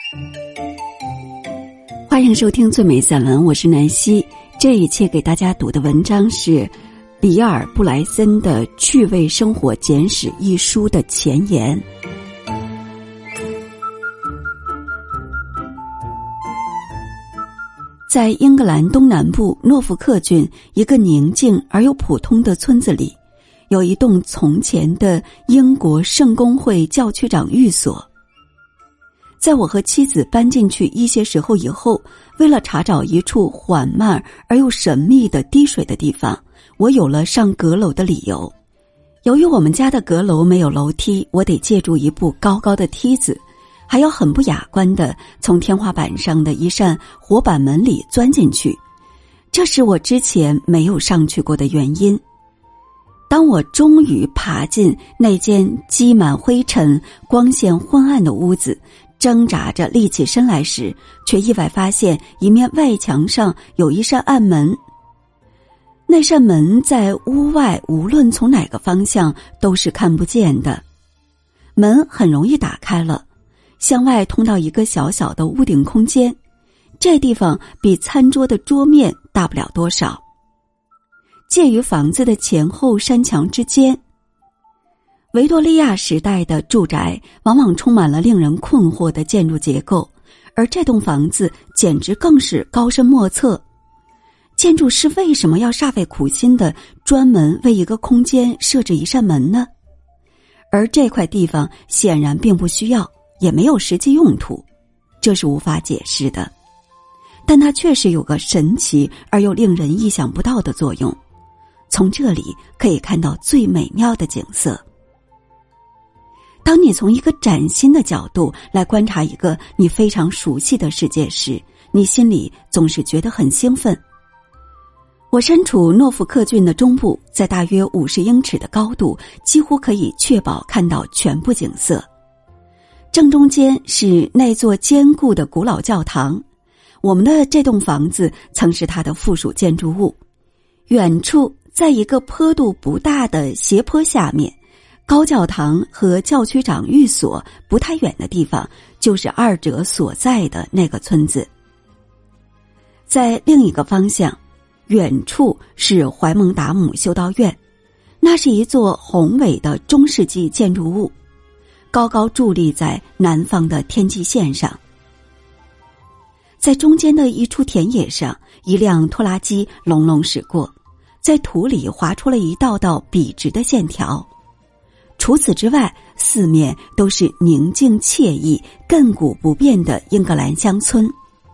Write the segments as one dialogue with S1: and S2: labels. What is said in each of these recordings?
S1: 欢迎收听最美散文，我是南希。这一期给大家读的文章是比尔·布莱森的《趣味生活简史》一书的前言。在英格兰东南部诺福克郡一个宁静而又普通的村子里，有一栋从前的英国圣公会教区长寓所。在我和妻子搬进去一些时候以后，为了查找一处缓慢而又神秘的滴水的地方，我有了上阁楼的理由。由于我们家的阁楼没有楼梯，我得借助一部高高的梯子，还要很不雅观地从天花板上的一扇活板门里钻进去，这是我之前没有上去过的原因。当我终于爬进那间积满灰尘、光线昏暗的屋子，挣扎着立起身来时，却意外发现一面外墙上有一扇暗门。那扇门在屋外无论从哪个方向都是看不见的，门很容易打开了，向外通到一个小小的屋顶空间，这地方比餐桌的桌面大不了多少，介于房子的前后山墙之间。维多利亚时代的住宅往往充满了令人困惑的建筑结构，而这栋房子简直更是高深莫测。建筑师为什么要煞费苦心地专门为一个空间设置一扇门呢？而这块地方显然并不需要，也没有实际用途，这是无法解释的。但它确实有个神奇而又令人意想不到的作用，从这里可以看到最美妙的景色。当你从一个崭新的角度来观察一个你非常熟悉的世界时，你心里总是觉得很兴奋。我身处诺福克郡的中部，在大约50英尺的高度，几乎可以确保看到全部景色。正中间是那座坚固的古老教堂，我们的这栋房子曾是它的附属建筑物。远处在一个坡度不大的斜坡下面，高教堂和教区长寓所不太远的地方，就是二者所在的那个村子。在另一个方向，远处是怀蒙达姆修道院，那是一座宏伟的中世纪建筑物，高高伫立在南方的天际线上。在中间的一处田野上，一辆拖拉机隆隆驶过，在土里划出了一道道笔直的线条。除此之外，四面都是宁静惬意、亘古不变的英格兰乡村。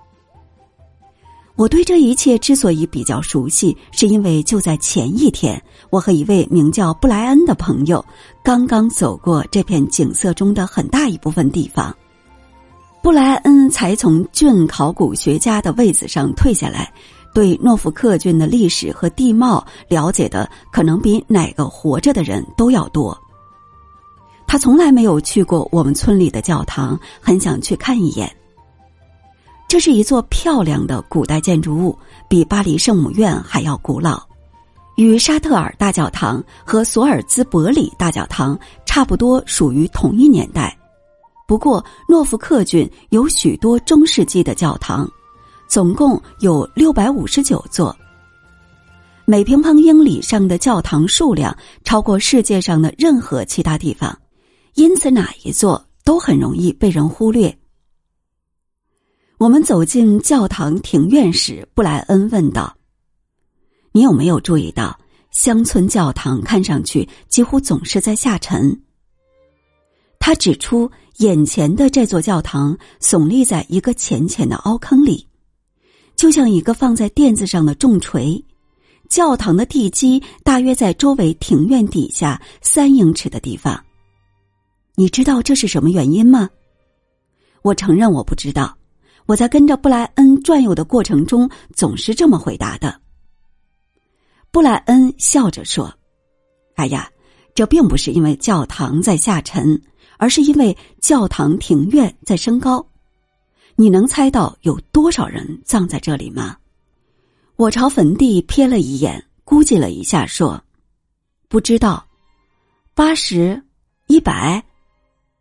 S1: 我对这一切之所以比较熟悉，是因为就在前一天，我和一位名叫布莱恩的朋友刚刚走过这片景色中的很大一部分地方。布莱恩才从郡考古学家的位子上退下来，对诺福克郡的历史和地貌了解的可能比哪个活着的人都要多。他从来没有去过我们村里的教堂，很想去看一眼。这是一座漂亮的古代建筑物，比巴黎圣母院还要古老，与沙特尔大教堂和索尔兹伯里大教堂差不多属于同一年代。不过诺福克郡有许多中世纪的教堂，总共有659座，每平方英里上的教堂数量超过世界上的任何其他地方，因此哪一座都很容易被人忽略。我们走进教堂庭院时，布莱恩问道：“你有没有注意到，乡村教堂看上去几乎总是在下沉？”他指出，眼前的这座教堂耸立在一个浅浅的凹坑里，就像一个放在垫子上的重锤。教堂的地基大约在周围庭院底下3英尺的地方。你知道这是什么原因吗？我承认我不知道。我在跟着布莱恩转悠的过程中总是这么回答的。布莱恩笑着说：“哎呀，这并不是因为教堂在下沉，而是因为教堂庭院在升高。你能猜到有多少人葬在这里吗？”我朝坟地瞥了一眼，估计了一下说：“不知道，80、100。”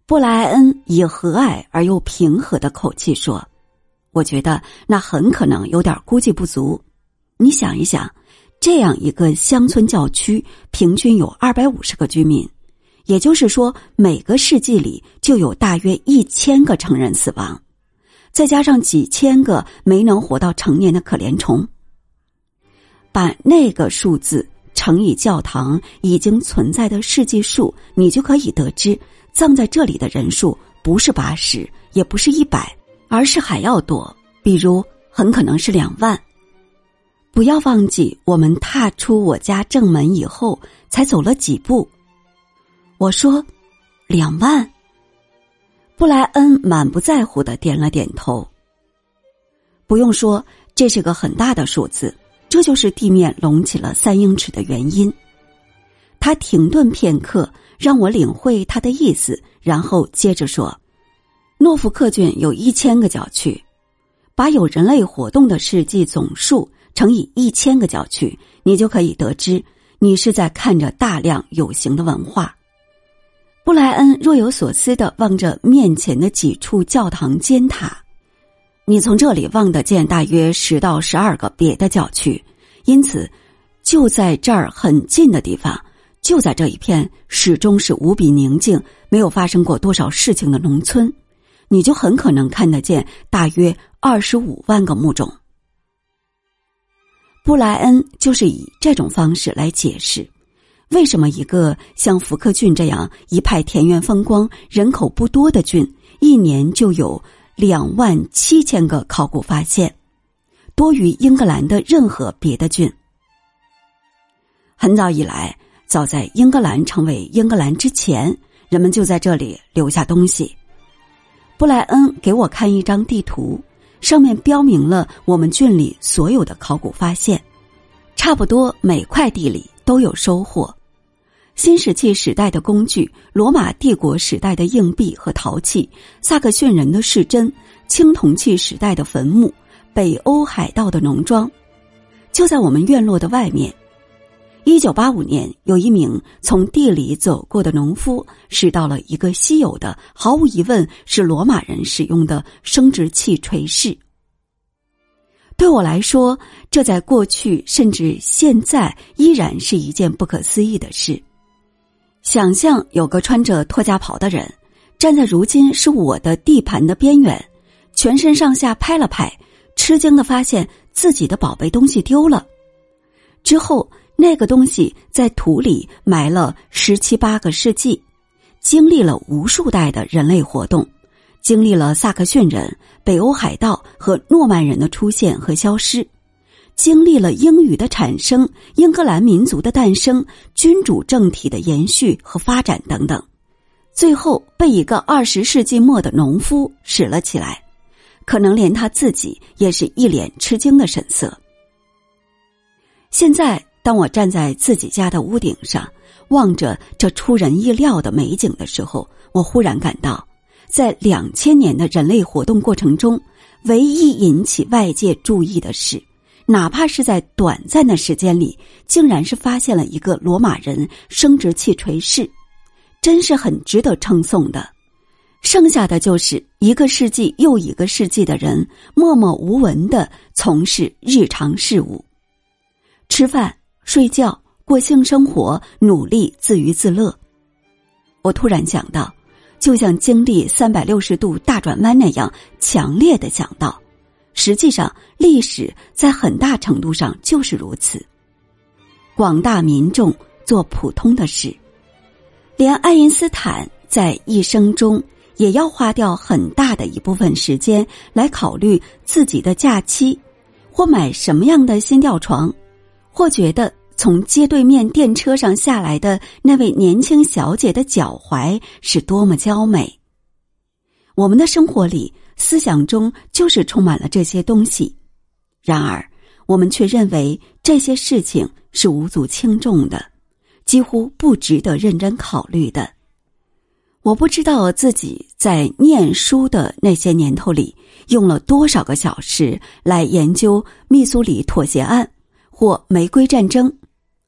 S1: 布莱恩以和蔼而又平和的口气说，我觉得那很可能有点估计不足。你想一想，这样一个乡村教区平均有250个居民，也就是说每个世纪里就有大约1000个成人死亡，再加上几千个没能活到成年的可怜虫。把那个数字乘以教堂已经存在的世纪数，你就可以得知葬在这里的人数不是80，也不是100，而是还要多，比如很可能是2万。不要忘记，我们踏出我家正门以后才走了几步。我说2万？布莱恩满不在乎地点了点头。不用说，这是个很大的数字，这就是地面隆起了3英尺的原因。他停顿片刻，让我领会他的意思，然后接着说，诺福克郡有1000个角区，把有人类活动的世纪总数乘以1000个角区，你就可以得知你是在看着大量有形的文化。布莱恩若有所思地望着面前的几处教堂尖塔，你从这里望得见大约10到12个别的教区，因此就在这儿很近的地方，就在这一片始终是无比宁静，没有发生过多少事情的农村，你就很可能看得见大约25万个墓冢。布莱恩就是以这种方式来解释为什么一个像福克郡这样一派田园风光、人口不多的郡，一年就有27000个考古发现，多于英格兰的任何别的郡。很早以来，早在英格兰成为英格兰之前，人们就在这里留下东西。布莱恩给我看一张地图，上面标明了我们郡里所有的考古发现，差不多每块地里都有收获。新石器时代的工具，罗马帝国时代的硬币和陶器，萨克逊人的饰针，青铜器时代的坟墓，北欧海盗的农庄，就在我们院落的外面。1985年，有一名从地里走过的农夫拾到了一个稀有的，毫无疑问是罗马人使用的生殖器锤饰。对我来说，这在过去甚至现在依然是一件不可思议的事。想象有个穿着拖家袍的人，站在如今是我的地盘的边缘，全身上下拍了拍，吃惊地发现自己的宝贝东西丢了。之后那个东西在土里埋了17、18个世纪，经历了无数代的人类活动，经历了萨克逊人、北欧海盗和诺曼人的出现和消失，经历了英语的产生、英格兰民族的诞生、君主政体的延续和发展等等，最后被一个20世纪末的农夫拾了起来，可能连他自己也是一脸吃惊的神色。现在当我站在自己家的屋顶上，望着这出人意料的美景的时候，我忽然感到，在2000年的人类活动过程中，唯一引起外界注意的是，哪怕是在短暂的时间里，竟然是发现了一个罗马人生殖器锤饰，真是很值得称颂的。剩下的就是一个世纪又一个世纪的人默默无闻地从事日常事务，吃饭、睡觉、过性生活，努力自娱自乐。我突然想到，就像经历360度大转弯那样强烈地想到，实际上历史在很大程度上就是如此。广大民众做普通的事，连爱因斯坦在一生中也要花掉很大的一部分时间来考虑自己的假期，或买什么样的新吊床，或觉得从街对面电车上下来的那位年轻小姐的脚踝是多么娇美。我们的生活里、思想中就是充满了这些东西，然而我们却认为这些事情是无足轻重的，几乎不值得认真考虑的。我不知道自己在念书的那些年头里用了多少个小时来研究密苏里妥协案或玫瑰战争，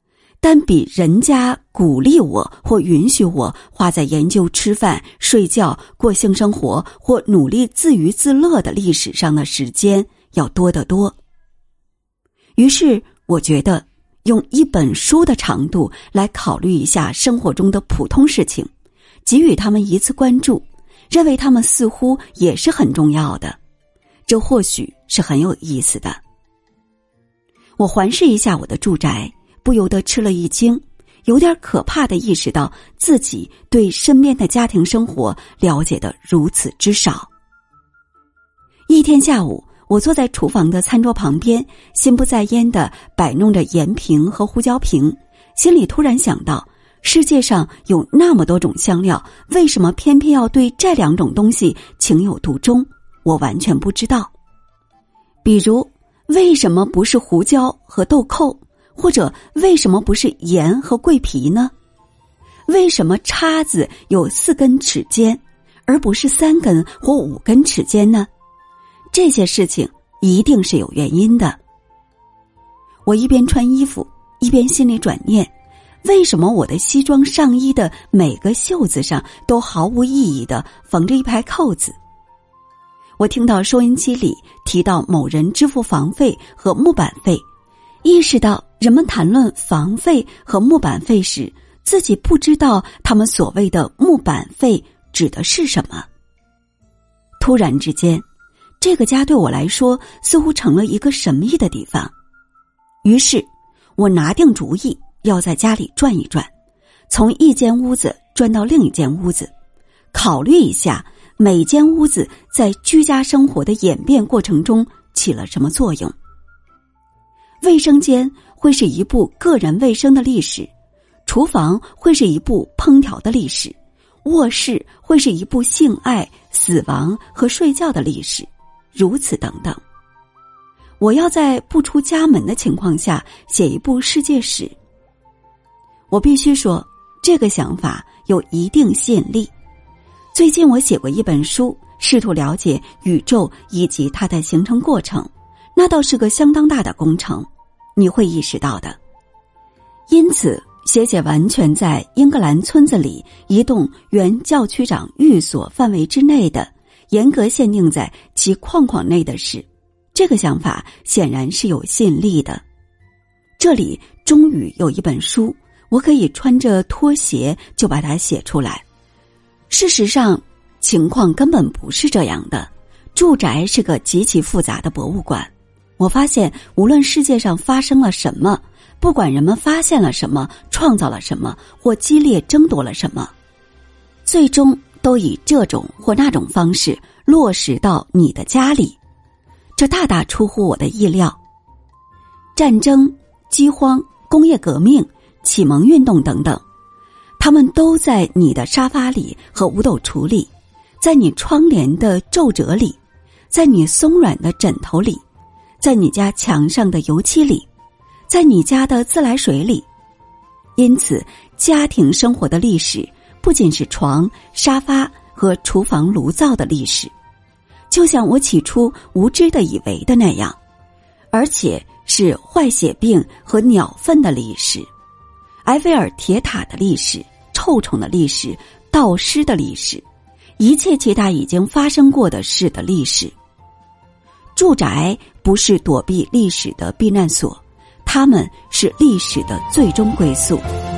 S1: 但比人家鼓励我或允许我花在研究吃饭、睡觉、过性生活或努力自娱自乐的历史上的时间要多得多。于是我觉得用一本书的长度来考虑一下生活中的普通事情，给予他们一次关注，认为他们似乎也是很重要的，这或许是很有意思的。我环视一下我的住宅，不由得吃了一惊，有点可怕地意识到自己对身边的家庭生活了解得如此之少。一天下午，我坐在厨房的餐桌旁边，心不在焉地摆弄着盐瓶和胡椒瓶，心里突然想到，世界上有那么多种香料，为什么偏偏要对这2种东西情有独钟？我完全不知道。比如，为什么不是胡椒和豆蔻，或者为什么不是盐和桂皮呢？为什么叉子有4根齿尖，而不是3根或5根齿尖呢？这些事情一定是有原因的。我一边穿衣服，一边心里转念，为什么我的西装上衣的每个袖子上都毫无意义地缝着一排扣子？我听到收音机里提到某人支付房费和木板费，意识到人们谈论房费和木板费时，自己不知道他们所谓的木板费指的是什么。突然之间，这个家对我来说似乎成了一个神秘的地方。于是我拿定主意要在家里转一转，从一间屋子转到另一间屋子，考虑一下每间屋子在居家生活的演变过程中起了什么作用。卫生间会是一部个人卫生的历史，厨房会是一部烹调的历史，卧室会是一部性爱、死亡和睡觉的历史，如此等等。我要在不出家门的情况下写一部世界史。我必须说，这个想法有一定吸引力。最近我写过一本书，试图了解宇宙以及它的形成过程，那倒是个相当大的工程，你会意识到的。因此写完全在英格兰村子里一栋原教区长寓所范围之内的，严格限定在其框框内的事，这个想法显然是有吸引力的。这里终于有一本书，我可以穿着拖鞋就把它写出来。事实上，情况根本不是这样的。住宅是个极其复杂的博物馆。我发现，无论世界上发生了什么，不管人们发现了什么、创造了什么，或激烈争夺了什么，最终都以这种或那种方式落实到你的家里。这大大出乎我的意料。战争、饥荒、工业革命、启蒙运动等等，他们都在你的沙发里和五斗橱里，在你窗帘的皱褶里，在你松软的枕头里，在你家墙上的油漆里，在你家的自来水里。因此，家庭生活的历史不仅是床、沙发和厨房炉灶的历史，就像我起初无知地以为的那样，而且是坏血病和鸟粪的历史，埃菲尔铁塔的历史，臭虫的历史，盗尸的历史，一切其他已经发生过的事的历史。住宅不是躲避历史的避难所，它们是历史的最终归宿。